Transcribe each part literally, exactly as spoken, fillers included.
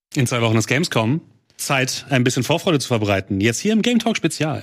In zwei Wochen ist Gamescom. Zeit, ein bisschen Vorfreude zu verbreiten. Jetzt hier im Game Talk Spezial.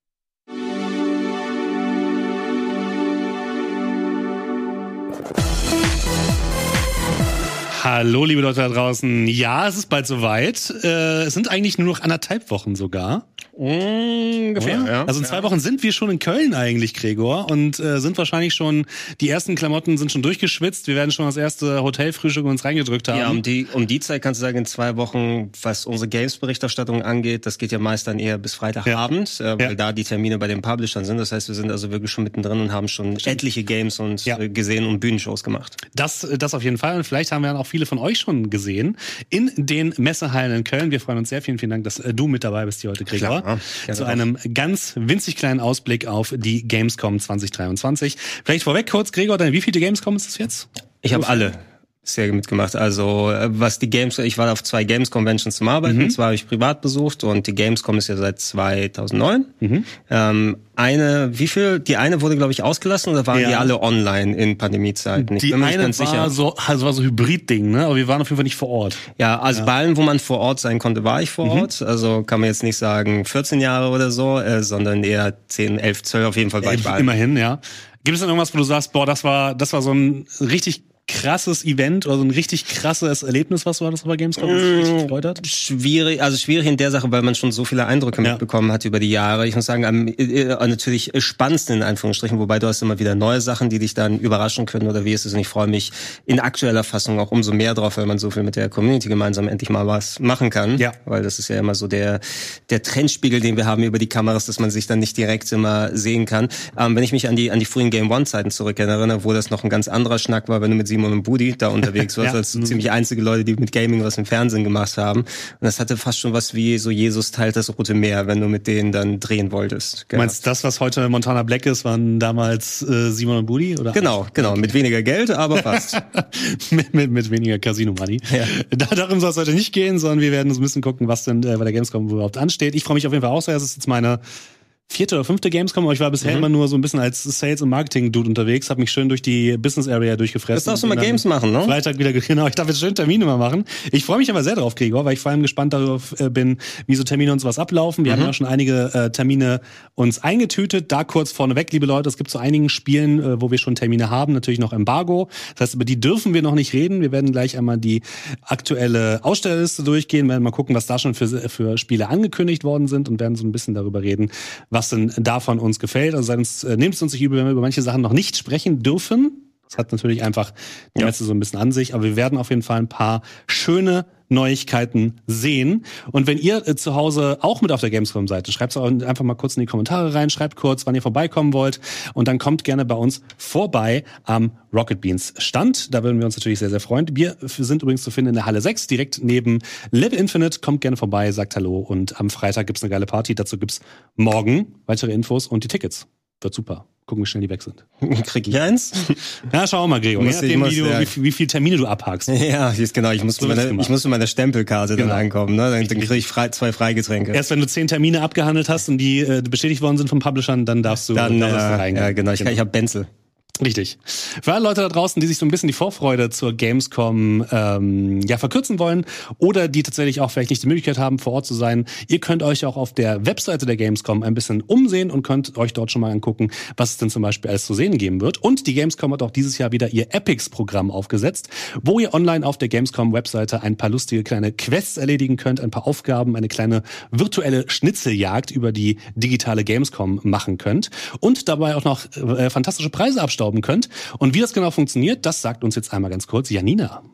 Hallo, liebe Leute da draußen. Ja, es ist bald soweit. Äh, es sind eigentlich nur noch anderthalb Wochen sogar. Ungefähr, ja. ja. Also in zwei ja. Wochen sind wir schon in Köln eigentlich, Gregor. Und äh, sind wahrscheinlich schon, die ersten Klamotten sind schon durchgeschwitzt. Wir werden schon das erste Hotelfrühstück uns reingedrückt haben. Ja, um die, um die Zeit kannst du sagen, in zwei Wochen, was unsere Games-Berichterstattung angeht, das geht ja meist dann eher bis Freitagabend, ja. äh, weil ja. da die Termine bei den Publishern sind. Das heißt, wir sind also wirklich schon mittendrin und haben schon Stimmt. etliche Games und ja. gesehen und Bühnenshows gemacht. Das, das auf jeden Fall. Und vielleicht haben wir dann auch viele von euch schon gesehen in den Messehallen in Köln. Wir freuen uns sehr. Vielen, vielen Dank, dass du mit dabei bist hier heute, Gregor. Klar, ja, zu einem ganz winzig kleinen Ausblick auf die Gamescom zwanzig dreiundzwanzig. Vielleicht vorweg kurz, Gregor, deine wievielte Gamescom ist das jetzt? Ich habe alle sehr mitgemacht. Also was die Games, ich war auf zwei Games-Conventions zum Arbeiten, mhm. zwei habe ich privat besucht und die Gamescom ist ja seit zweitausendneun. Mhm. Ähm, eine, wie viel? Die eine wurde, glaube ich, ausgelassen oder waren ja. die alle online in Pandemiezeiten? Ich die bin mir eine nicht ganz war sicher. so, also war so Hybrid-Ding, ne? Aber wir waren auf jeden Fall nicht vor Ort. Ja, also ja. bei allen, wo man vor Ort sein konnte, war ich vor mhm. Ort. Also kann man jetzt nicht sagen vierzehn Jahre oder so, äh, sondern eher zehn, elf, zwölf auf jeden Fall war ich bei allen. Immerhin, ja. Gibt es denn irgendwas, wo du sagst, boah, das war, das war so ein richtig krasses Event oder so ein richtig krasses Erlebnis, was war das bei Gamescom, das dich richtig gefreut hat? Schwierig, also schwierig in der Sache, weil man schon so viele Eindrücke ja. mitbekommen hat über die Jahre. Ich muss sagen, am äh, natürlich spannendsten in Anführungsstrichen, wobei du hast immer wieder neue Sachen, die dich dann überraschen können oder wie ist es. Und ich freue mich in aktueller Fassung auch umso mehr drauf, weil man so viel mit der Community gemeinsam endlich mal was machen kann. Ja. Weil das ist ja immer so der der Trendspiegel, den wir haben über die Kameras, dass man sich dann nicht direkt immer sehen kann. Ähm, wenn ich mich an die an die frühen Game One Zeiten zurückerinnere, wo das noch ein ganz anderer Schnack war, wenn du mit Simon und Budi da unterwegs warst, ja. als so ziemlich einzige Leute, die mit Gaming was im Fernsehen gemacht haben. Und das hatte fast schon was wie so Jesus teilt das Rote Meer, wenn du mit denen dann drehen wolltest. Du meinst, das, was heute Montana Black ist, waren damals äh, Simon und Budi? Oder? Genau, genau. Mit weniger Geld, aber fast. mit, mit, mit weniger Casino-Money. Ja. Da, darum soll es heute nicht gehen, sondern wir werden uns ein bisschen gucken, was denn äh, bei der Gamescom überhaupt ansteht. Ich freue mich auf jeden Fall auch sehr. Das ist jetzt meine vierte oder fünfte Gamescom, aber ich war bisher mhm. immer nur so ein bisschen als Sales- und Marketing-Dude unterwegs, habe mich schön durch die Business-Area durchgefressen. Du darfst du mal Games machen, ne? Freitag wieder, genau, ich darf jetzt schön Termine mal machen. Ich freue mich aber sehr drauf, Gregor, weil ich vor allem gespannt darauf äh, bin, wie so Termine und sowas ablaufen. Wir mhm. haben ja schon einige äh, Termine uns eingetütet. Da kurz vorneweg, liebe Leute, es gibt zu einigen Spielen, äh, wo wir schon Termine haben, natürlich noch Embargo. Das heißt, über die dürfen wir noch nicht reden. Wir werden gleich einmal die aktuelle Ausstellerliste durchgehen, werden mal gucken, was da schon für, für Spiele angekündigt worden sind und werden so ein bisschen darüber reden, was denn davon uns gefällt. Also seid uns, äh, nehmt es uns nicht übel, wenn wir über manche Sachen noch nicht sprechen dürfen. Das hat natürlich einfach die ja. Messe so ein bisschen an sich, aber wir werden auf jeden Fall ein paar schöne Neuigkeiten sehen. Und wenn ihr äh, zu Hause auch mit auf der Gamescom seid, schreibt es einfach mal kurz in die Kommentare rein, schreibt kurz, wann ihr vorbeikommen wollt und dann kommt gerne bei uns vorbei am Rocket Beans Stand. Da würden wir uns natürlich sehr, sehr freuen. Wir sind übrigens zu finden in der Halle sechs, direkt neben Level Infinite. Kommt gerne vorbei, sagt Hallo und am Freitag gibt's eine geile Party. Dazu gibt's morgen weitere Infos und die Tickets. Wird super. Gucken, wie schnell die weg sind. Krieg ich eins? Ja, schau mal, Gregor. Je nachdem, wie, du, ja. wie, wie viele Termine du abhakst. Ja, ist genau. Ich muss, so meine, ich muss mit meiner Stempelkarte genau. dann ankommen. Ne? Dann, dann kriege ich frei, zwei Freigetränke. Erst wenn du zehn Termine abgehandelt hast und die äh, bestätigt worden sind von Publishern, dann darfst du, dann, darfst äh, du reingehen. Ja, genau. Ich, genau. ich habe Benzel. Richtig. Für alle Leute da draußen, die sich so ein bisschen die Vorfreude zur Gamescom ähm, ja verkürzen wollen oder die tatsächlich auch vielleicht nicht die Möglichkeit haben, vor Ort zu sein, ihr könnt euch auch auf der Webseite der Gamescom ein bisschen umsehen und könnt euch dort schon mal angucken, was es denn zum Beispiel alles zu sehen geben wird. Und die Gamescom hat auch dieses Jahr wieder ihr Epics-Programm aufgesetzt, wo ihr online auf der Gamescom-Webseite ein paar lustige kleine Quests erledigen könnt, ein paar Aufgaben, eine kleine virtuelle Schnitzeljagd über die digitale Gamescom machen könnt und dabei auch noch äh, fantastische Preise abstauben könnt. Und wie das genau funktioniert, das sagt uns jetzt einmal ganz kurz Janina.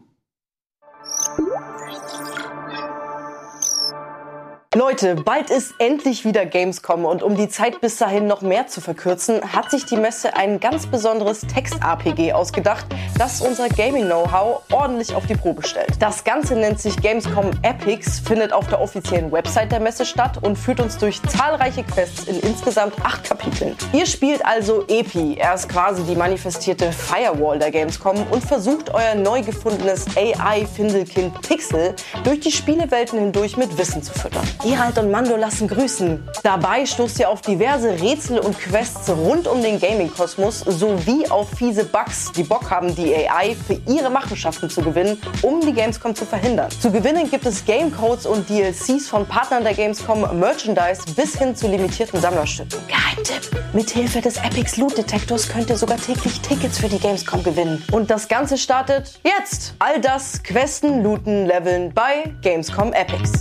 Leute, bald ist endlich wieder Gamescom und um die Zeit bis dahin noch mehr zu verkürzen, hat sich die Messe ein ganz besonderes Text-A P G ausgedacht, das unser Gaming-Know-how ordentlich auf die Probe stellt. Das Ganze nennt sich Gamescom Epics, findet auf der offiziellen Website der Messe statt und führt uns durch zahlreiche Quests in insgesamt acht Kapiteln. Ihr spielt also Epi, er ist quasi die manifestierte Firewall der Gamescom und versucht euer neu gefundenes A I-Findelkind Pixel durch die Spielewelten hindurch mit Wissen zu füttern. Geralt und Mando lassen grüßen. Dabei stoßt ihr auf diverse Rätsel und Quests rund um den Gaming-Kosmos sowie auf fiese Bugs, die Bock haben, die A I für ihre Machenschaften zu gewinnen, um die Gamescom zu verhindern. Zu gewinnen gibt es Gamecodes und D L Cs von Partnern der Gamescom, Merchandise bis hin zu limitierten Sammlerstücken. Geheimtipp: Mithilfe des Epics Loot-Detektors könnt ihr sogar täglich Tickets für die Gamescom gewinnen. Und das Ganze startet jetzt. All das Questen, Looten, Leveln bei Gamescom Epics.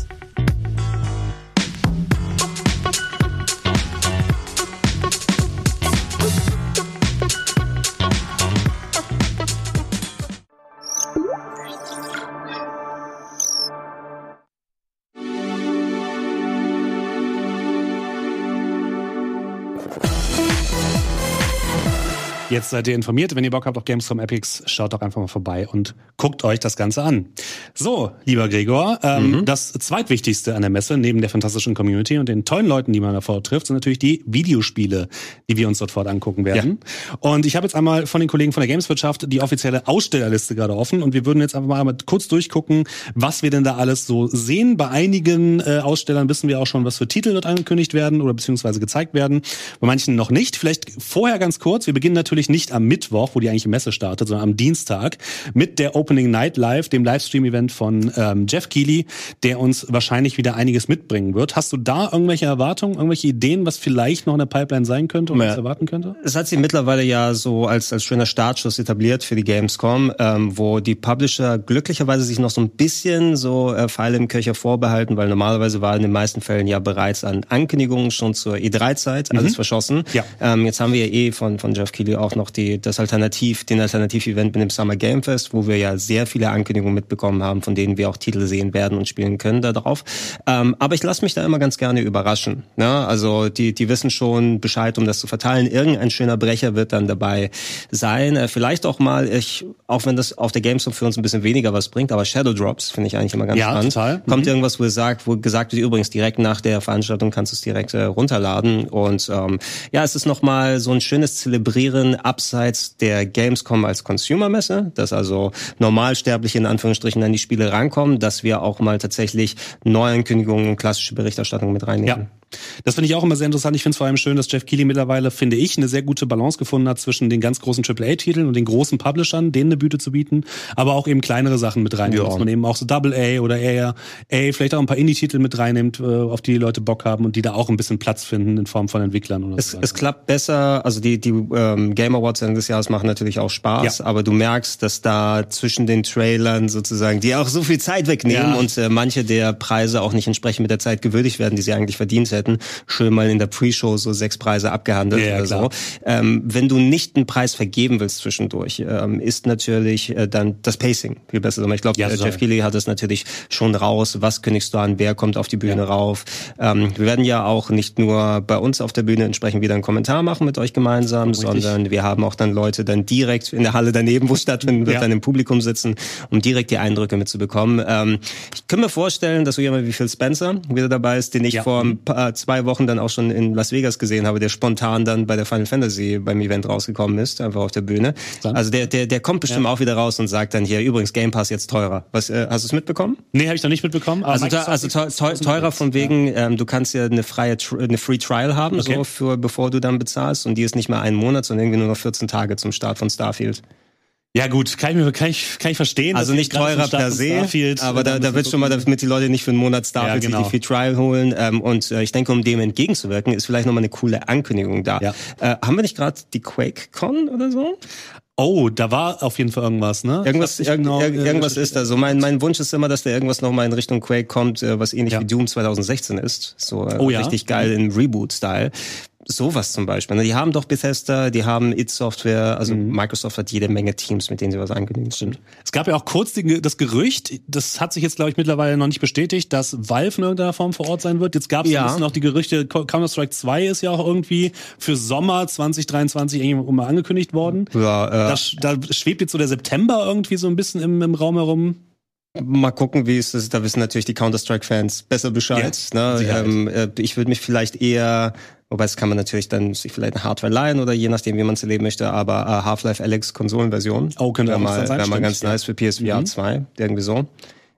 Jetzt seid ihr informiert. Wenn ihr Bock habt auf Gamescom Epics, schaut doch einfach mal vorbei und guckt euch das Ganze an. So, lieber Gregor, ähm, mhm. das zweitwichtigste an der Messe, neben der fantastischen Community und den tollen Leuten, die man davor trifft, sind natürlich die Videospiele, die wir uns dort fort angucken werden. Ja. Und ich habe jetzt einmal von den Kollegen von der Gameswirtschaft die offizielle Ausstellerliste gerade offen und wir würden jetzt einfach mal kurz durchgucken, was wir denn da alles so sehen. Bei einigen äh, Ausstellern wissen wir auch schon, was für Titel dort angekündigt werden oder beziehungsweise gezeigt werden. Bei manchen noch nicht. Vielleicht vorher ganz kurz. Wir beginnen natürlich nicht am Mittwoch, wo die eigentliche Messe startet, sondern am Dienstag mit der Opening Night Live, dem Livestream-Event von ähm, Jeff Keighley, der uns wahrscheinlich wieder einiges mitbringen wird. Hast du da irgendwelche Erwartungen, irgendwelche Ideen, was vielleicht noch in der Pipeline sein könnte oder ja. was erwarten könnte? Es hat sich mittlerweile ja so als als schöner Startschuss etabliert für die Gamescom, ähm, wo die Publisher glücklicherweise sich noch so ein bisschen so äh, Pfeile im Köcher vorbehalten, weil normalerweise war in den meisten Fällen ja bereits an Ankündigungen schon zur E drei Zeit alles mhm. verschossen. Ja. Ähm, jetzt haben wir ja eh von von Jeff Keighley auch noch die das Alternativ, den Alternativ-Event mit dem Summer Game Fest, wo wir ja sehr viele Ankündigungen mitbekommen haben, von denen wir auch Titel sehen werden und spielen können da drauf. Ähm, aber ich lasse mich da immer ganz gerne überraschen. Ne? Also die die wissen schon Bescheid, um das zu verteilen. Irgendein schöner Brecher wird dann dabei sein. Äh, vielleicht auch mal, ich, auch wenn das auf der Gamescom für uns ein bisschen weniger was bringt, aber Shadow Drops finde ich eigentlich immer ganz ja, spannend. Total. Kommt mhm. irgendwas, wo es sagt, wo gesagt wird, übrigens direkt nach der Veranstaltung kannst du es direkt äh, runterladen. Und ähm, ja, es ist nochmal so ein schönes Zelebrieren abseits der Gamescom als Consumer-Messe, dass also Normalsterbliche in Anführungsstrichen an die Spiele rankommen, dass wir auch mal tatsächlich Neuankündigungen und klassische Berichterstattung mit reinnehmen. Ja. Das finde ich auch immer sehr interessant. Ich finde es vor allem schön, dass Jeff Keighley mittlerweile, finde ich, eine sehr gute Balance gefunden hat zwischen den ganz großen Triple A-Titeln und den großen Publishern, denen eine Bühne zu bieten, aber auch eben kleinere Sachen mit reinnehmen, ja. dass man eben auch so Double A oder eher A, vielleicht auch ein paar Indie-Titel mit reinnimmt, auf die die Leute Bock haben und die da auch ein bisschen Platz finden in Form von Entwicklern. Oder es, so. Es klappt besser, also die die ähm, Game Awards Ende des Jahres machen natürlich auch Spaß, ja. aber du merkst, dass da zwischen den Trailern sozusagen, die auch so viel Zeit wegnehmen ja. und äh, manche der Preise auch nicht entsprechend mit der Zeit gewürdigt werden, die sie eigentlich verdient hätten, schön mal in der Pre-Show so sechs Preise abgehandelt ja, oder klar. so. Ähm, wenn du nicht einen Preis vergeben willst zwischendurch, ähm, ist natürlich äh, dann das Pacing viel besser. Ich glaube, ja, Jeff Keighley hat es natürlich schon raus, was kündigst du an, wer kommt auf die Bühne ja. rauf. Ähm, wir werden ja auch nicht nur bei uns auf der Bühne entsprechend wieder einen Kommentar machen mit euch gemeinsam, Richtig. sondern wir haben auch dann Leute dann direkt in der Halle daneben, wo es stattfinden wird, ja. dann im Publikum sitzen, um direkt die Eindrücke mitzubekommen. Ähm, ich kann mir vorstellen, dass so jemand wie Phil Spencer wieder dabei ist, den ich ja. vor ein paar, zwei Wochen dann auch schon in Las Vegas gesehen habe, der spontan dann bei der Final Fantasy beim Event rausgekommen ist, einfach auf der Bühne. Also der der der kommt bestimmt ja. auch wieder raus und sagt dann hier, übrigens Game Pass jetzt teurer. Was äh, hast du es mitbekommen? Nee, habe ich noch nicht mitbekommen. Aber also da, also teuer, teurer von wegen, ja. ähm, du kannst ja eine freie eine Free Trial haben, okay. so für bevor du dann bezahlst und die ist nicht mehr einen Monat, sondern irgendwie nur noch vierzehn Tage zum Start von Starfield. Ja gut, kann ich mir kann ich kann ich verstehen. Also nicht teurer per se, aber da, da wird schon mal, damit die Leute nicht für einen Monat Starfield ja, genau. sich die Free Trial holen. Ähm, und äh, ich denke, um dem entgegenzuwirken, ist vielleicht nochmal eine coole Ankündigung da. Ja. Äh, haben wir nicht gerade die QuakeCon oder so? Oh, da war auf jeden Fall irgendwas, ne? Irgendwas, irg- genau, irg- irgendwas äh, ist da. So mein mein Wunsch ist immer, dass da irgendwas nochmal in Richtung Quake kommt, äh, was ähnlich ja. wie Doom zwanzig sechzehn ist. So äh, oh, ja? richtig geil im Reboot-Style. Sowas zum Beispiel. Die haben doch Bethesda, die haben id Software, also mhm. Microsoft hat jede Menge Teams, mit denen sie was ankündigen. Stimmt. Es gab ja auch kurz die, das Gerücht, das hat sich jetzt, glaube ich, mittlerweile noch nicht bestätigt, dass Valve in irgendeiner Form vor Ort sein wird. Jetzt gab es ja. ein bisschen auch die Gerüchte, Counter-Strike zwei ist ja auch irgendwie für Sommer zwanzig dreiundzwanzig irgendwie mal angekündigt worden. Ja, äh, da, da schwebt jetzt so der September irgendwie so ein bisschen im, im Raum herum. Mal gucken, wie es ist. Da wissen natürlich die Counter-Strike-Fans besser Bescheid. Ja, ne? ähm, äh, ich würde mich vielleicht eher, wobei es kann man natürlich dann sich vielleicht eine Hardware leihen oder je nachdem, wie man es erleben möchte, aber äh, Half-Life Alyx Konsolenversion. Oh, könnte auch mal, sein. Wäre mal ganz nice für P S V R mhm. zwei, irgendwie so.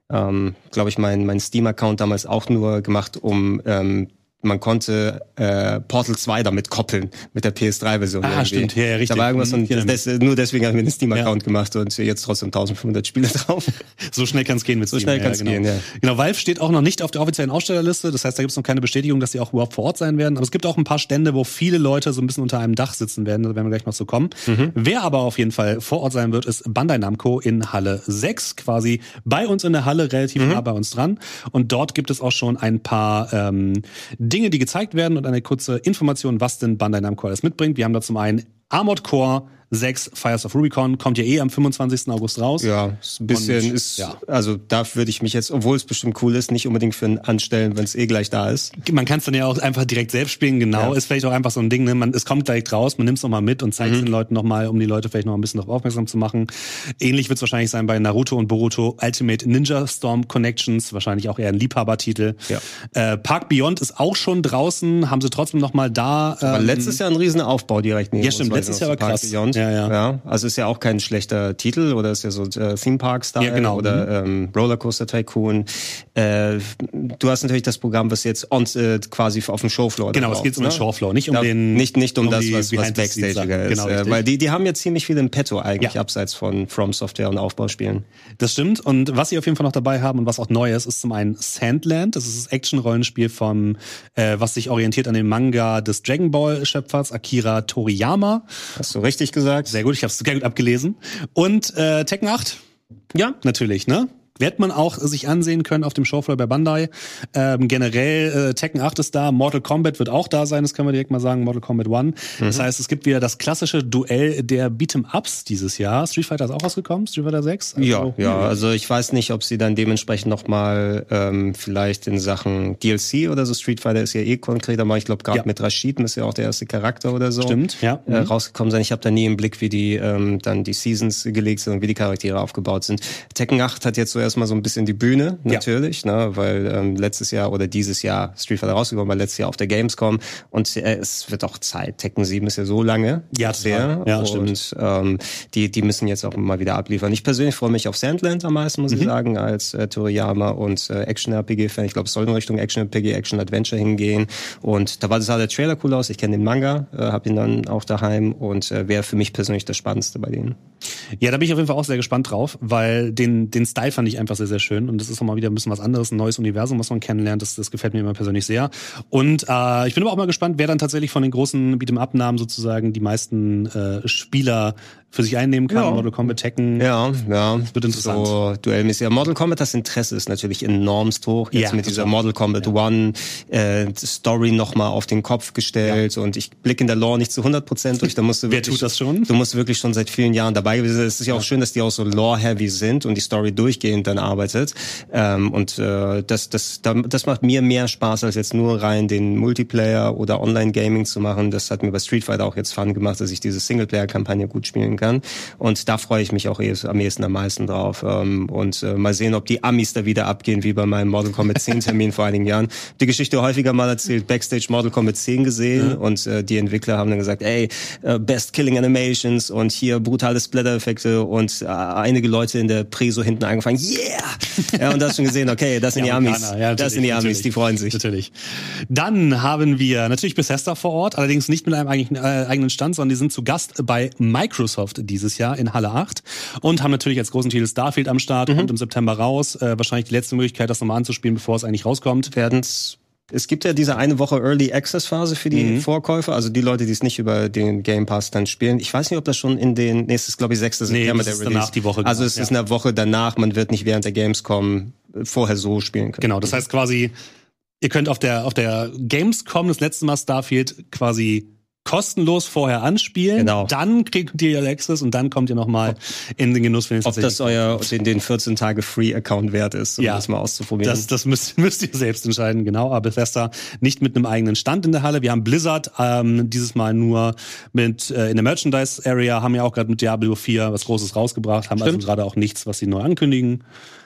ähm, glaube ich, mein, mein Steam-Account damals auch nur gemacht, um ähm, man konnte äh, Portal zwei damit koppeln, mit der P S drei Version. Ah, irgendwie. Stimmt, ja, ja, richtig. Da war irgendwas und ja, des, nur deswegen habe ich mir den Steam-Account ja. gemacht und jetzt trotzdem eintausendfünfhundert Spiele drauf. So schnell kann es gehen mit Steam. So schnell kann es ja, genau. gehen, ja. Genau, Valve steht auch noch nicht auf der offiziellen Ausstellerliste, das heißt, da gibt es noch keine Bestätigung, dass sie auch überhaupt vor Ort sein werden, aber es gibt auch ein paar Stände, wo viele Leute so ein bisschen unter einem Dach sitzen werden, da werden wir gleich noch zu kommen. Mhm. Wer aber auf jeden Fall vor Ort sein wird, ist Bandai Namco in Halle sechs, quasi bei uns in der Halle, relativ mhm. nah bei uns dran, und dort gibt es auch schon ein paar ähm, Dinge, die gezeigt werden und eine kurze Information, was denn Bandai Namco alles mitbringt. Wir haben da zum einen Armored Core sechs Fires of Rubicon, kommt ja eh am fünfundzwanzigsten August raus. Ja, ist ein bisschen und, ist, ja. also da würde ich mich jetzt, obwohl es bestimmt cool ist, nicht unbedingt für einen anstellen, wenn es eh gleich da ist. Man kann es dann ja auch einfach direkt selbst spielen, genau. Ja. Ist vielleicht auch einfach so ein Ding, ne? Man, es kommt direkt raus, man nimmt es nochmal mit und zeigt es mhm. den Leuten nochmal, um die Leute vielleicht noch ein bisschen darauf aufmerksam zu machen. Ähnlich wird es wahrscheinlich sein bei Naruto und Boruto Ultimate Ninja Storm Connections, wahrscheinlich auch eher ein Liebhabertitel. Ja. Äh, Park Beyond ist auch schon draußen, haben sie trotzdem nochmal da. Ähm, Aber letztes Jahr ein riesen Aufbau direkt neben Ja, stimmt, letztes Jahr war krass. Beyond. Ja, ja. ja, also ist ja auch kein schlechter Titel, oder ist ja so äh, Theme Park Style ja, genau. oder ähm, Rollercoaster Tycoon. Äh, du hast natürlich das Programm, was jetzt on, äh, quasi auf dem Showfloor. Genau, es geht um ne? den Showfloor, nicht um ja, den nicht nicht um, um das, die, was, was Backstagiger ist, genau, äh, weil die die haben ja ziemlich viel im Petto eigentlich ja. abseits von From Software und Aufbauspielen. Das stimmt, und was sie auf jeden Fall noch dabei haben und was auch neu ist, ist zum einen Sandland. Das ist das Action-Rollenspiel vom, äh, was sich orientiert an dem Manga des Dragon Ball Schöpfers Akira Toriyama. Hast du richtig gesagt? Sehr gut, ich habe es sehr gut abgelesen. Und äh, Tekken acht? Ja, natürlich, ne? Wird man auch sich ansehen können auf dem Showfloor bei Bandai. Ähm, generell, äh, Tekken acht ist da, Mortal Kombat wird auch da sein, das können wir direkt mal sagen, Mortal Kombat One. Mhm. Das heißt, es gibt wieder das klassische Duell der Beat'em-Ups dieses Jahr. Street Fighter ist auch rausgekommen, Street Fighter sechs. Also, ja, ja, also ich weiß nicht, ob sie dann dementsprechend nochmal ähm, vielleicht in Sachen D L C oder so, Street Fighter ist ja eh konkret, aber ich glaube gerade ja. mit Rashid müsste ja auch der erste Charakter oder so Stimmt, ja. äh, rausgekommen sein. Ich habe da nie im Blick, wie die ähm, dann die Seasons gelegt sind und wie die Charaktere aufgebaut sind. Tekken acht hat jetzt so erstmal so ein bisschen die Bühne, natürlich, ja. ne, weil ähm, letztes Jahr oder dieses Jahr Street Fighter rausgekommen, weil letztes Jahr auf der Gamescom, und äh, es wird auch Zeit. Tekken sieben ist ja so lange. Ja, sehr. Ja, und ähm, die die müssen jetzt auch mal wieder abliefern. Ich persönlich freue mich auf Sandland am meisten, muss mhm. ich sagen, als äh, Toriyama und äh, Action-R P G-Fan. Ich glaube, es soll in Richtung Action-R P G, Action-Adventure hingehen, und da war das sah der Trailer cool aus. Ich kenne den Manga, äh, habe ihn dann auch daheim, und äh, wäre für mich persönlich das Spannendste bei denen. Ja, da bin ich auf jeden Fall auch sehr gespannt drauf, weil den den Style fand ich einfach sehr, sehr schön, und das ist auch mal wieder ein bisschen was anderes, ein neues Universum, was man kennenlernt, das, das gefällt mir immer persönlich sehr. Und äh, ich bin aber auch mal gespannt, wer dann tatsächlich von den großen Beat'em-Up-Namen sozusagen die meisten äh, Spieler für sich einnehmen kann. Ja. Mortal Kombat, Tekken. Ja, ja. Das wird interessant. So duellmäßig. Ja, Mortal Kombat, das Interesse ist natürlich enormst hoch. Jetzt ja, mit dieser Mortal Kombat ja. One äh, Story nochmal auf den Kopf gestellt, ja. und ich blicke in der Lore nicht zu hundert Prozent durch. Da musst du Wer wirklich, tut das schon? Du musst wirklich schon seit vielen Jahren dabei gewesen sein. Es ist ja auch ja. schön, dass die auch so Lore-heavy sind und die Story durchgehend dann arbeitet. Ähm, und äh, das, das, das macht mir mehr Spaß, als jetzt nur rein den Multiplayer oder Online-Gaming zu machen. Das hat mir bei Street Fighter auch jetzt Fun gemacht, dass ich diese Singleplayer-Kampagne gut spielen kann. Und da freue ich mich auch eh am ehesten am meisten drauf. Und äh, mal sehen, ob die Amis da wieder abgehen, wie bei meinem Mortal Kombat zehn Termin vor einigen Jahren. Die Geschichte häufiger mal erzählt, Backstage Mortal Kombat zehn gesehen, ja. und äh, die Entwickler haben dann gesagt, ey, äh, Best Killing Animations und hier brutale Splatter-Effekte, und äh, einige Leute in der Preso hinten angefangen, yeah! Ja, und das schon gesehen, okay, das sind die Amis, ja, das sind die Amis, die freuen sich. Natürlich. Dann haben wir natürlich Bethesda vor Ort, allerdings nicht mit einem eigenen, äh, eigenen Stand, sondern die sind zu Gast bei Microsoft dieses Jahr in Halle acht und haben natürlich als großen Titel Starfield am Start, mhm. kommt im September raus. Äh, wahrscheinlich die letzte Möglichkeit, das nochmal anzuspielen, bevor es eigentlich rauskommt. Werden's Es gibt ja diese eine Woche Early Access Phase für die mhm. Vorkäufer, also die Leute, die es nicht über den Game Pass dann spielen. Ich weiß nicht, ob das schon in den, nee, es ist glaube ich sechster September nee, der Release. Danach die Woche. Also es ja. ist eine Woche danach, man wird nicht während der Gamescom vorher so spielen können. Genau, das heißt quasi, ihr könnt auf der auf der Gamescom das letzte Mal Starfield quasi kostenlos vorher anspielen, genau. Dann kriegt ihr Access und dann kommt ihr nochmal in den Genuss, wenn es ob das euer den, den vierzehn Tage Free-Account wert ist, um ja, das mal auszuprobieren. Das, das müsst, müsst ihr selbst entscheiden, genau. Aber Bethesda nicht mit einem eigenen Stand in der Halle. Wir haben Blizzard ähm, dieses Mal nur mit äh, in der Merchandise-Area, haben ja auch gerade mit Diablo vier was Großes rausgebracht, haben Stimmt. also gerade auch nichts, was sie neu ankündigen.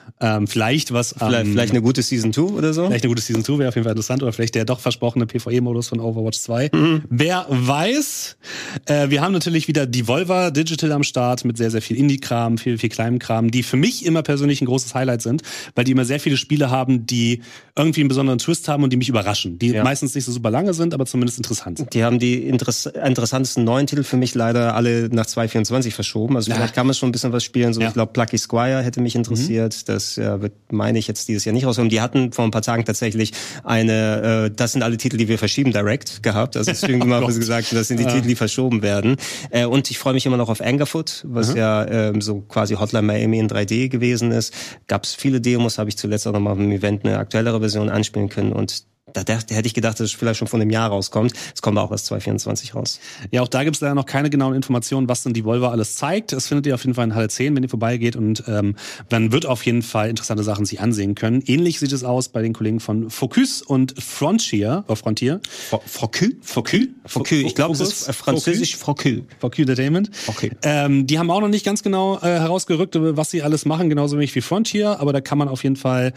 Ähm, vielleicht was vielleicht, ähm, vielleicht eine gute Season zwei oder so. Vielleicht eine gute Season zwei wäre auf jeden Fall interessant. Oder vielleicht der doch versprochene PvE-Modus von Overwatch zwei. Mhm. Wer weiß. Äh, wir haben natürlich wieder Devolver Digital am Start mit sehr, sehr viel Indie-Kram, viel, viel kleinem Kram, die für mich immer persönlich ein großes Highlight sind, weil die immer sehr viele Spiele haben, die irgendwie einen besonderen Twist haben und die mich überraschen. Die ja. meistens nicht so super lange sind, aber zumindest interessant. Die haben die interess- interessantesten neuen Titel für mich leider alle nach zwanzig vierundzwanzig verschoben. Also ja. vielleicht kann man schon ein bisschen was spielen. So, ja. Ich glaube, Plucky Squire hätte mich interessiert. Mhm. Das ja, wird, meine ich, jetzt dieses Jahr nicht rauskommen. Die hatten vor ein paar Tagen tatsächlich eine, äh, das sind alle Titel, die wir verschieben, Direct gehabt. Also Stream gemacht, oh gesagt, das sind die ja. Titel, die verschoben werden. Äh, und ich freue mich immer noch auf Angerfoot, was mhm. ja ähm, so quasi Hotline Miami in drei D gewesen ist. Gab es viele Demos, habe ich zuletzt auch noch mal im Event eine aktuellere Version anspielen können und da, da, da hätte ich gedacht, dass es vielleicht schon von dem Jahr rauskommt. Es kommt auch erst zwanzig vierundzwanzig raus. Ja, auch da gibt es leider noch keine genauen Informationen, was denn Devolver alles zeigt. Das findet ihr auf jeden Fall in Halle zehn, wenn ihr vorbeigeht. Und ähm, man wird auf jeden Fall interessante Sachen sich ansehen können. Ähnlich sieht es aus bei den Kollegen von Focus und Frontier. Oder Frontier. Focus? Focus? Focus. Ich glaube, es ist französisch Focus. Focus Entertainment. Okay. Ähm, die haben auch noch nicht ganz genau äh, herausgerückt, was sie alles machen, genauso wenig wie Frontier. Aber da kann man auf jeden Fall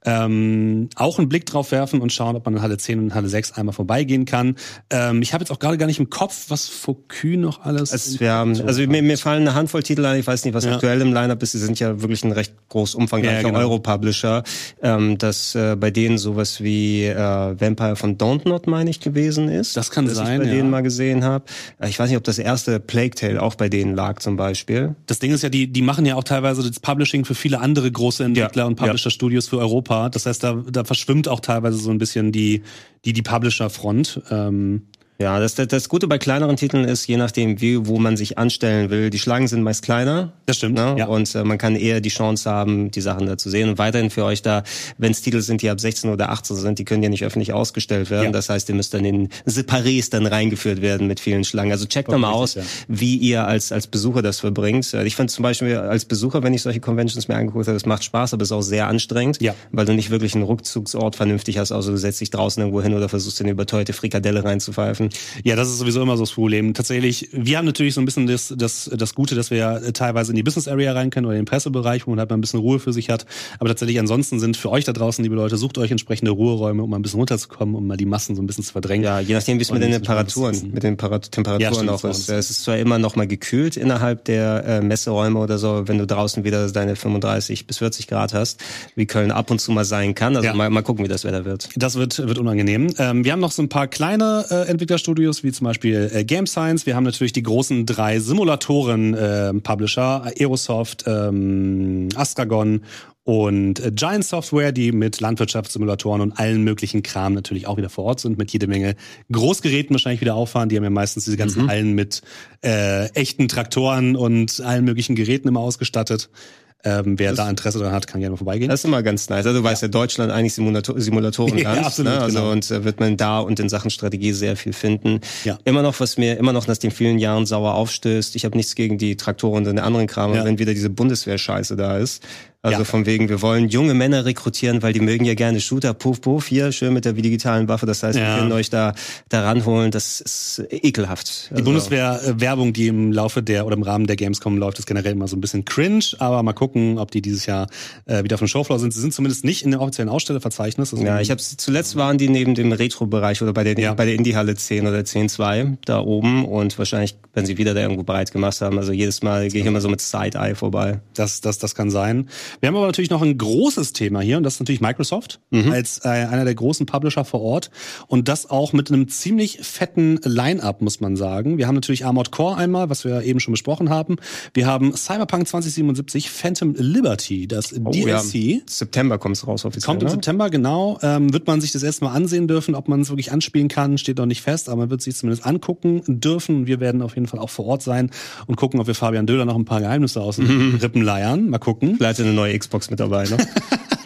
ähm, auch einen Blick drauf werfen und schauen, ob man in Halle zehn und in Halle sechs einmal vorbeigehen kann. Ähm, ich habe jetzt auch gerade gar nicht im Kopf, was Focus noch alles... Es, wir haben, also mir, mir fallen eine Handvoll Titel ein, ich weiß nicht, was ja. aktuell im Line-Up ist. Sie sind ja wirklich ein recht groß umfangreicher ja, genau. Euro-Publisher. Ähm, dass äh, bei denen sowas wie äh, Vampire von Dontnod, meine ich, gewesen ist. Das kann das sein, ich bei ja. denen mal gesehen habe. Ich weiß nicht, ob das erste Plague Tale auch bei denen lag zum Beispiel. Das Ding ist ja, die die machen ja auch teilweise das Publishing für viele andere große Entwickler ja. und Publisher-Studios für Europa. Das heißt, da, da verschwimmt auch teilweise so ein bisschen die die die Publisher-Front. Ähm Ja, das, das, das Gute bei kleineren Titeln ist, je nachdem, wie, wo man sich anstellen will, die Schlangen sind meist kleiner. Das stimmt, ne? ja. Und äh, man kann eher die Chance haben, die Sachen da zu sehen. Und weiterhin für euch da, wenn es Titel sind, die ab sechzehn oder achtzehn sind, die können ja nicht öffentlich ausgestellt werden. Ja. Das heißt, ihr müsst dann in Separés dann reingeführt werden mit vielen Schlangen. Also checkt da mal aus, ja. wie ihr als als Besucher das verbringt. Ich fand zum Beispiel als Besucher, wenn ich solche Conventions mir angeguckt habe, das macht Spaß, aber es ist auch sehr anstrengend, ja. weil du nicht wirklich einen Rückzugsort vernünftig hast. Also du setzt dich draußen irgendwo hin oder versuchst eine überteuerte Frikadelle reinzupfeifen. Ja, das ist sowieso immer so das Problem. Tatsächlich, wir haben natürlich so ein bisschen das, das, das Gute, dass wir ja teilweise in die Business Area rein können oder in den Pressebereich, wo man halt mal ein bisschen Ruhe für sich hat. Aber tatsächlich ansonsten sind für euch da draußen, liebe Leute, sucht euch entsprechende Ruheräume, um mal ein bisschen runterzukommen, um mal die Massen so ein bisschen zu verdrängen. Ja, je nachdem, wie es mit den Temperaturen, mit den Temperaturen ja, stimmt, auch ist. Es ist zwar immer noch mal gekühlt innerhalb der äh, Messeräume oder so, wenn du draußen wieder deine fünfunddreißig bis vierzig Grad hast, wie Köln ab und zu mal sein kann. Also ja. mal, mal gucken, wie das Wetter wird. Das wird, wird unangenehm. Ähm, wir haben noch so ein paar kleine äh, Entwicklerstudios, wie zum Beispiel Äh, Game Science. Wir haben natürlich die großen drei Simulatoren-Publisher, äh, Aerosoft, ähm, Astragon und äh, Giant Software, die mit Landwirtschaftssimulatoren und allen möglichen Kram natürlich auch wieder vor Ort sind, mit jede Menge Großgeräten wahrscheinlich wieder auffahren. Die haben ja meistens diese ganzen mhm. Hallen mit äh, echten Traktoren und allen möglichen Geräten immer ausgestattet. Ähm, wer das da Interesse daran hat, kann gerne mal vorbeigehen. Das ist immer ganz nice. Also du weißt ja, Deutschland eigentlich Simulator- Simulatoren ja, kann. Absolut, ne? Also genau. und äh, wird man da und in Sachen Strategie sehr viel finden. Ja. Immer noch, was mir immer noch nach den vielen Jahren sauer aufstößt, ich habe nichts gegen die Traktoren und den anderen Kram, ja. wenn wieder diese Bundeswehr-Scheiße da ist. Also ja. von wegen, wir wollen junge Männer rekrutieren, weil die mögen ja gerne Shooter, puff, puff, hier, schön mit der digitalen Waffe. Das heißt, ja. wir können euch da, da ranholen. Das ist ekelhaft. Die also. Bundeswehr-Werbung, die im Laufe der, oder im Rahmen der Gamescom läuft, ist generell immer so ein bisschen cringe. Aber mal gucken, ob die dieses Jahr äh, wieder auf dem Showfloor sind. Sie sind zumindest nicht in dem offiziellen Ausstellerverzeichnis. Ja, ich habe zuletzt waren die neben dem Retro-Bereich oder bei der, ja. bei der Indie-Halle zehn oder zehn zwei da oben. Und wahrscheinlich, wenn sie wieder da irgendwo bereit gemacht haben. Also jedes Mal gehe ich immer so mit Side-Eye vorbei. Das, das, das kann sein. Wir haben aber natürlich noch ein großes Thema hier und das ist natürlich Microsoft mhm. als äh, einer der großen Publisher vor Ort und das auch mit einem ziemlich fetten Line-Up, muss man sagen. Wir haben natürlich Armored Core einmal, was wir eben schon besprochen haben. Wir haben Cyberpunk zwanzig siebenundsiebzig, Phantom Liberty, das oh, D L C. Ja. September kommt es raus offiziell. Kommt im ne? September, genau. Ähm, wird man sich das erstmal ansehen dürfen, ob man es wirklich anspielen kann, steht noch nicht fest, aber man wird sich zumindest angucken dürfen. Wir werden auf jeden Fall auch vor Ort sein und gucken, ob wir Fabian Döhler noch ein paar Geheimnisse aus den mhm. Rippen leiern. Mal gucken. Vielleicht eine neue Xbox mit dabei. Ne?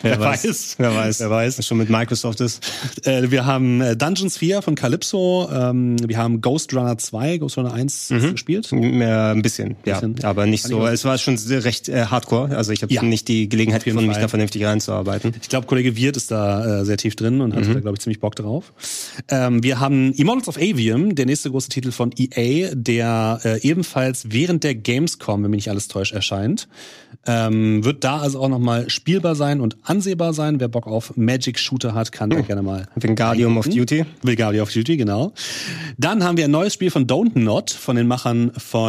Wer weiß. Wer weiß. Wer weiß. Was schon mit Microsoft ist. Äh, wir haben äh, Dungeons vier von Calypso. Ähm, wir haben Ghost Runner zwei, Ghost Runner eins mhm. gespielt. Mehr, ein bisschen, ja. Bisschen. Aber nicht so. Es war schon recht äh, hardcore. Also ich habe ja. nicht die Gelegenheit gefunden, mich da vernünftig reinzuarbeiten. Ich glaube, Kollege Wirth ist da äh, sehr tief drin und hatte mhm. da, glaube ich, ziemlich Bock drauf. Ähm, wir haben Immortals of Avium, der nächste große Titel von E A, der äh, ebenfalls während der Gamescom, wenn mich nicht alles täuscht, erscheint. Ähm, wird da also auch nochmal spielbar sein und ansehbar sein. Wer Bock auf Magic-Shooter hat, kann da gerne mal. Wingardium of Duty. Wingardium of Duty, genau. Dann haben wir ein neues Spiel von Don't Not, von den Machern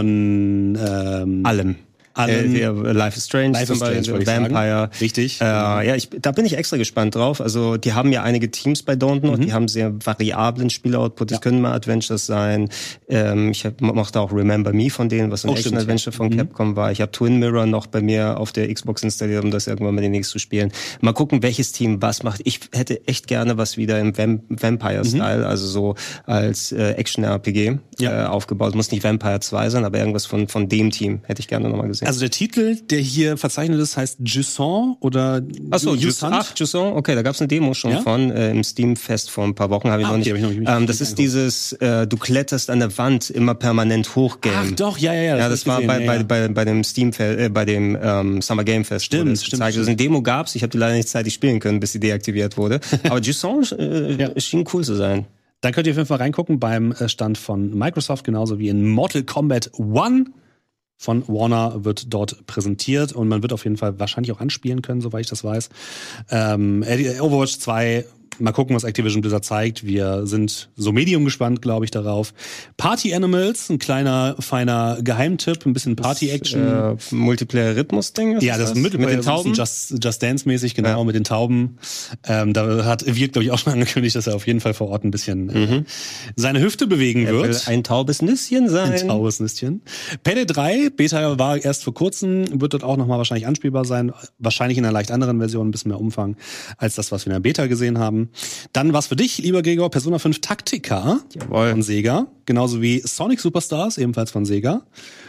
von ähm, allem. Äh, Life is Strange, Life zum Strange, Beispiel, Vampire. Richtig. Äh, ja, ich, da bin ich extra gespannt drauf. Also die haben ja einige Teams bei Don't Not, mhm. die haben sehr variablen Spieloutput. Das ja. können mal Adventures sein. Ähm, ich hab, mochte auch Remember Me von denen, was ein oh, Action-Adventure von mhm. Capcom war. Ich habe Twin Mirror noch bei mir auf der Xbox installiert, um das irgendwann mal demnächst zu spielen. Mal gucken, welches Team was macht. Ich hätte echt gerne was wieder im Vamp- Vampire-Style, mhm. also so als äh, Action-R P G ja. äh, aufgebaut. Muss nicht Vampire zwei sein, aber irgendwas von von dem Team hätte ich gerne nochmal gesehen. Also der Titel, der hier verzeichnet ist, heißt Jusant oder Achso, Jusant. Ach, Jusant, okay, da gab's eine Demo schon ja? von äh, im Steam-Fest vor ein paar Wochen, habe ich, ah, okay, hab ich noch nicht. Ähm, das ist dieses, äh, du kletterst an der Wand immer permanent hoch Game. Ach doch, ja, ja, ja. Das, ja, das war gesehen, bei, ja, ja. bei bei bei dem Steam äh, bei dem ähm, Summer Game Fest. Stimmt, das stimmt, also eine Demo gab's, ich habe die leider nicht zeitig spielen können, bis sie deaktiviert wurde. Aber Jusant äh, ja. schien cool zu sein. Dann könnt ihr auf jeden Fall reingucken beim Stand von Microsoft, genauso wie in Mortal Kombat One. Von Warner wird dort präsentiert und man wird auf jeden Fall wahrscheinlich auch anspielen können, soweit ich das weiß. Ähm, Overwatch zwei, mal gucken, was Activision Blizzard zeigt. Wir sind so medium gespannt, glaube ich, darauf. Party Animals, ein kleiner, feiner Geheimtipp, ein bisschen Party-Action. Äh, Multiplayer-Rhythmus-Ding? Ja, das ist ein Multiplayer. Mit den Tauben? Just, Just Dance-mäßig, genau, ja. mit den Tauben. Ähm, da hat Wirt, glaube ich, auch schon angekündigt, dass er auf jeden Fall vor Ort ein bisschen mhm. äh, seine Hüfte bewegen er wird. Will ein taubes Nüsschen sein. Ein taubes Nüsschen. Payday drei, Beta war erst vor kurzem, wird dort auch nochmal wahrscheinlich anspielbar sein. Wahrscheinlich in einer leicht anderen Version, ein bisschen mehr Umfang als das, was wir in der Beta gesehen haben. Dann was für dich, lieber Gregor, Persona fünf Tactica Jawohl. von Sega. Genauso wie Sonic Superstars, ebenfalls von Sega.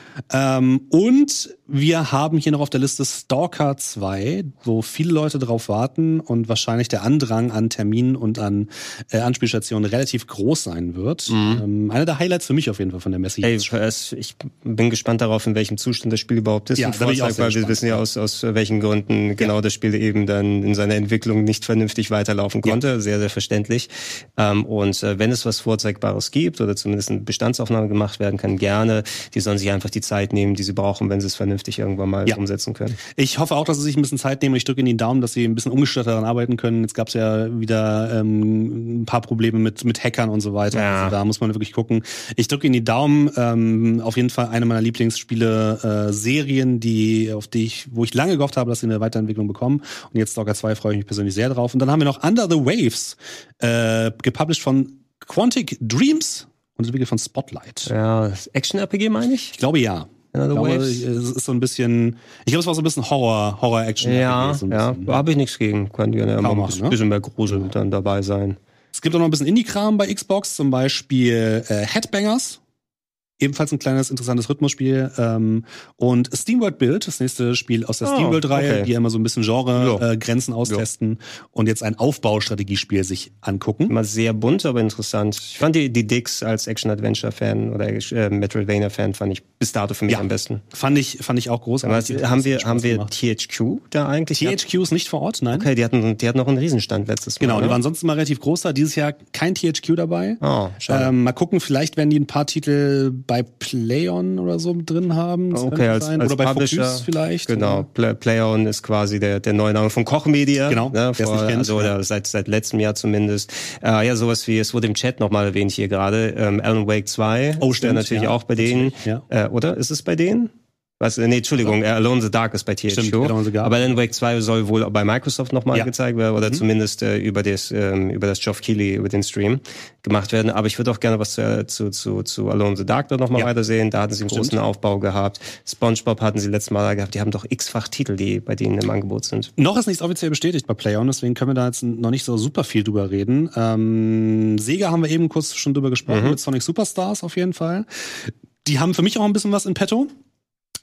Ähm, und wir haben hier noch auf der Liste Stalker zwei, wo viele Leute drauf warten und wahrscheinlich der Andrang an Terminen und an äh, Anspielstationen relativ groß sein wird. Mhm. Ähm, einer der Highlights für mich auf jeden Fall von der Messe. Hey, ich bin gespannt darauf, in welchem Zustand das Spiel überhaupt ist. Ja, da bin ich auch sehr weil wir wissen ja aus, aus welchen Gründen genau ja. das Spiel eben dann in seiner Entwicklung nicht vernünftig weiterlaufen konnte. Ja. Sehr, sehr verständlich. Ähm, und äh, wenn es was Vorzeigbares gibt oder zumindest eine Bestandsaufnahme gemacht werden kann, gerne. Die sollen sich einfach die Zeit nehmen, die sie brauchen, wenn sie es vernünftig irgendwann mal ja. umsetzen können. Ich hoffe auch, dass sie sich ein bisschen Zeit nehmen. Ich drücke ihnen die Daumen, dass sie ein bisschen ungestört daran arbeiten können. Jetzt gab es ja wieder ähm, ein paar Probleme mit mit Hackern und so weiter. Ja. Also da muss man wirklich gucken. Ich drücke ihnen die Daumen. Ähm, auf jeden Fall eine meiner Lieblingsspiele, äh, Serien, die auf die ich, wo ich lange gehofft habe, dass sie eine Weiterentwicklung bekommen. Und jetzt Stalker zwei freue ich mich persönlich sehr drauf. Und dann haben wir noch Under the Waves, äh, gepublished von Quantic Dreams und entwickelt von Spotlight. Ja, Action-R P G meine ich? Ich glaube ja. Ich glaube, es ist so ein bisschen, ich glaube, es war so ein bisschen Horror, Horror-Action. Ja, so ja, da habe ich nichts gegen. Kann ja immer ein bisschen, ne? bisschen mehr Grusel ja. dann dabei sein. Es gibt auch noch ein bisschen Indie-Kram bei Xbox, zum Beispiel äh, Headbangers. Ebenfalls ein kleines, interessantes Rhythmusspiel. Ähm, und SteamWorld Build, das nächste Spiel aus der oh, SteamWorld-Reihe, okay. die ja immer so ein bisschen Genre-Grenzen äh, austesten ja. und jetzt ein Aufbaustrategiespiel sich angucken. Immer sehr bunt, aber interessant. Ich fand die, die Dix als Action-Adventure-Fan oder äh, Metroidvania-Fan fand ich bis dato für mich ja. am besten. Fand ich, fand ich auch großartig. Aber haben wir, haben wir T H Q da eigentlich? T H Q ist nicht vor Ort, nein. Okay, die hatten, die hatten noch einen Riesenstand letztes Mal. Genau, oder? Die waren sonst immer relativ groß da. Dieses Jahr kein T H Q dabei. Oh, schade. Ähm, mal gucken, vielleicht werden die ein paar Titel bei Playon oder so drin haben. Das okay, als, als oder bei Publisher Focus vielleicht. Genau, Play- Playon ist quasi der, der neue Name von Koch Media. Genau, ne, vor, nicht kennt, also, oder seit, seit letztem Jahr zumindest. Äh, ja, sowas wie, es wurde im Chat nochmal erwähnt hier gerade, ähm, Alan Wake zwei. Oh, stimmt. Natürlich ja, auch bei denen. Ja. Äh, oder? Ist es bei denen? Was, nee, Entschuldigung, ja. Alone in the Dark ist bei T H Q. Stimmt, aber Alan Wake zwei soll wohl bei Microsoft nochmal ja. gezeigt werden oder mhm. zumindest äh, über das ähm, über das Geoff Keighley, über den Stream gemacht werden. Aber ich würde auch gerne was zu, zu, zu, zu Alone in the Dark dort nochmal ja. weitersehen. Da hatten sie einen Stimmt. großen Aufbau gehabt. SpongeBob hatten sie letztes Mal gehabt. Die haben doch x-fach Titel, die bei denen im Angebot sind. Noch ist nichts offiziell bestätigt bei PlayOn, deswegen können wir da jetzt noch nicht so super viel drüber reden. Ähm, Sega haben wir eben kurz schon drüber gesprochen, mhm. mit Sonic Superstars auf jeden Fall. Die haben für mich auch ein bisschen was in petto.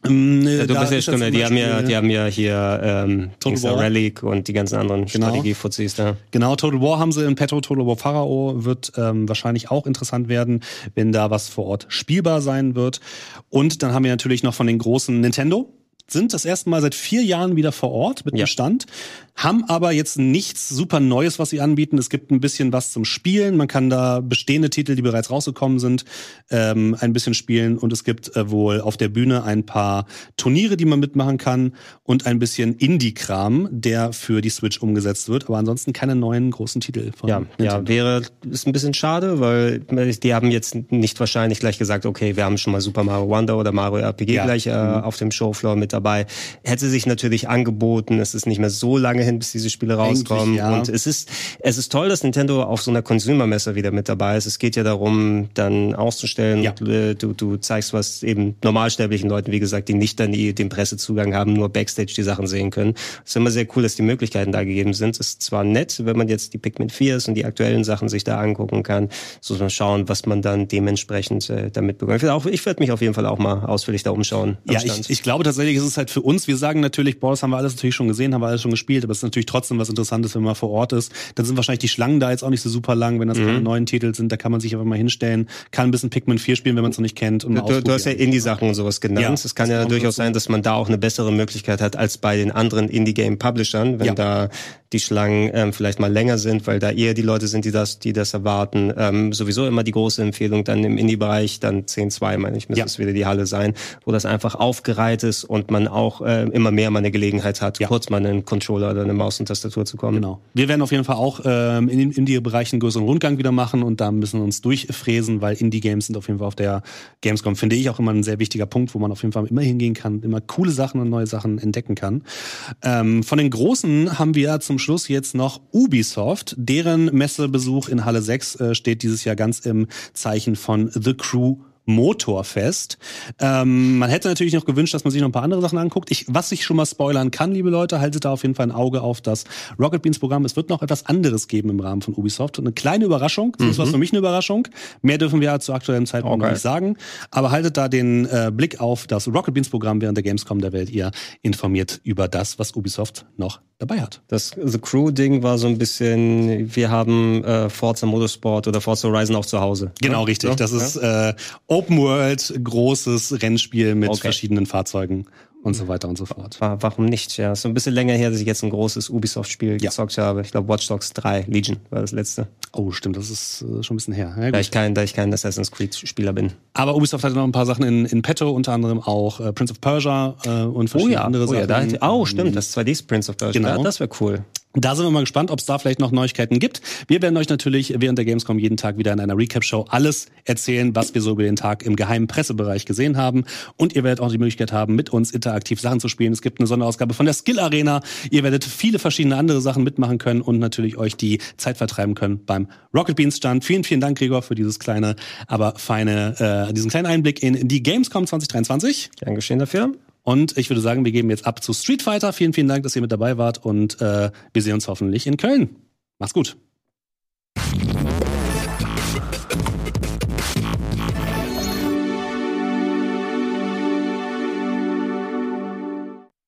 Ja, du bist ja Stimme, die haben ja, die haben ja hier ähm, Total War. Relic und die ganzen anderen Genau. Strategie-Fuzis da. Genau, Total War haben sie in petto. Total War Pharao wird ähm, wahrscheinlich auch interessant werden, wenn da was vor Ort spielbar sein wird. Und dann haben wir natürlich noch von den großen Nintendo. Sind das erste Mal seit vier Jahren wieder vor Ort mit dem Ja. Stand, haben aber jetzt nichts super Neues, was sie anbieten. Es gibt ein bisschen was zum Spielen. Man kann da bestehende Titel, die bereits rausgekommen sind, ähm, ein bisschen spielen. Und es gibt äh, wohl auf der Bühne ein paar Turniere, die man mitmachen kann und ein bisschen Indie-Kram, der für die Switch umgesetzt wird. Aber ansonsten keine neuen großen Titel von Ja, Nintendo. ja, wäre, ist ein bisschen schade, weil die haben jetzt nicht wahrscheinlich gleich gesagt, okay, wir haben schon mal Super Mario Wonder oder Mario R P G Ja. gleich äh, Mhm. auf dem Showfloor mit dabei. Hätte sich natürlich angeboten, es ist nicht mehr so lange hin, bis diese Spiele rauskommen. Eigentlich, ja. Und es ist, es ist toll, dass Nintendo auf so einer Consumer-Messe wieder mit dabei ist. Es geht ja darum, dann auszustellen, Ja. und, äh, du, du zeigst was eben normalsterblichen Leuten, wie gesagt, die nicht dann die, den Pressezugang haben, nur Backstage die Sachen sehen können. Es ist immer sehr cool, dass die Möglichkeiten da gegeben sind. Es ist zwar nett, wenn man jetzt die Pikmin viers und die aktuellen Sachen sich da angucken kann, so mal schauen, was man dann dementsprechend äh, damit bekommt. Ich werde auch, ich werde mich auf jeden Fall auch mal ausführlich da umschauen. am Ja, Stand. ich, ich glaube tatsächlich, ist es halt für uns, wir sagen natürlich, boah, das haben wir alles natürlich schon gesehen, haben wir alles schon gespielt, aber es ist natürlich trotzdem was Interessantes, wenn man vor Ort ist. Dann sind wahrscheinlich die Schlangen da jetzt auch nicht so super lang, wenn das Mhm. keine neuen Titel sind, da kann man sich einfach mal hinstellen, kann ein bisschen Pikmin vier spielen, wenn man es noch nicht kennt. Und mal Du, du hast ja ausprobieren. Indie-Sachen und sowas genannt. Ja, es kann das ja kommt durchaus dazu. sein, dass man da auch eine bessere Möglichkeit hat als bei den anderen Indie-Game-Publishern, wenn Ja. da die Schlangen ähm, vielleicht mal länger sind, weil da eher die Leute sind, die das, die das erwarten. Ähm, sowieso immer die große Empfehlung dann im Indie-Bereich, dann zehn zwei, meine ich, müsste Ja. es wieder die Halle sein, wo das einfach aufgereiht ist und man auch äh, immer mehr mal eine Gelegenheit hat, Ja. kurz mal einen Controller oder eine Maus und Tastatur zu kommen. Genau. Wir werden auf jeden Fall auch ähm, in, in die Bereiche einen größeren Rundgang wieder machen und da müssen wir uns durchfräsen, weil Indie-Games sind auf jeden Fall auf der Gamescom, finde ich, auch immer ein sehr wichtiger Punkt, wo man auf jeden Fall immer hingehen kann, immer coole Sachen und neue Sachen entdecken kann. Ähm, von den Großen haben wir zum Schluss jetzt noch Ubisoft. Deren Messebesuch in Halle sechs äh, steht dieses Jahr ganz im Zeichen von The Crew Motorfest. Ähm, man hätte natürlich noch gewünscht, dass man sich noch ein paar andere Sachen anguckt. Ich, was ich schon mal spoilern kann, liebe Leute, haltet da auf jeden Fall ein Auge auf das Rocket Beans Programm. Es wird noch etwas anderes geben im Rahmen von Ubisoft. Eine kleine Überraschung. Das war für mich eine Überraschung. Mehr dürfen wir zu aktuellem Zeitpunkt Okay. noch nicht sagen. Aber haltet da den äh, Blick auf das Rocket Beans Programm während der Gamescom. Da werdet ihr informiert über das, was Ubisoft noch dabei hat. Das The Crew-Ding war so ein bisschen, wir haben äh, Forza Motorsport oder Forza Horizon auch zu Hause. Genau, Ja? richtig. So? Das ist äh, Open World, großes Rennspiel mit Okay. verschiedenen Fahrzeugen und so weiter und so fort. War, warum nicht? Ja, ist so ein bisschen länger her, dass ich jetzt ein großes Ubisoft-Spiel Ja. gezockt habe. Ich glaube, Watch Dogs drei, Legion war das letzte. Oh, stimmt, das ist äh, schon ein bisschen her. Ja, Da gut. ich kein, da ich kein Assassin's Creed-Spieler bin. Aber Ubisoft hatte noch ein paar Sachen in, in petto, unter anderem auch äh, Prince of Persia äh, und verschiedene andere oh Sachen. ja, da hätte, oh, stimmt, das zwei D Prince of Persia. Genau. Ja, das wäre cool. Da sind wir mal gespannt, ob es da vielleicht noch Neuigkeiten gibt. Wir werden euch natürlich während der Gamescom jeden Tag wieder in einer Recap-Show alles erzählen, was wir so über den Tag im geheimen Pressebereich gesehen haben. Und ihr werdet auch die Möglichkeit haben, mit uns interaktiv Sachen zu spielen. Es gibt eine Sonderausgabe von der Skill Arena. Ihr werdet viele verschiedene andere Sachen mitmachen können und natürlich euch die Zeit vertreiben können beim Rocket Beans Stand. Vielen, vielen Dank, Gregor, für dieses kleine, aber feine, äh, diesen kleinen Einblick in die Gamescom zwanzig dreiundzwanzig. Gern geschehen dafür. Und ich würde sagen, wir geben jetzt ab zu Street Fighter. Vielen, vielen Dank, dass ihr mit dabei wart und äh, wir sehen uns hoffentlich in Köln. Macht's gut.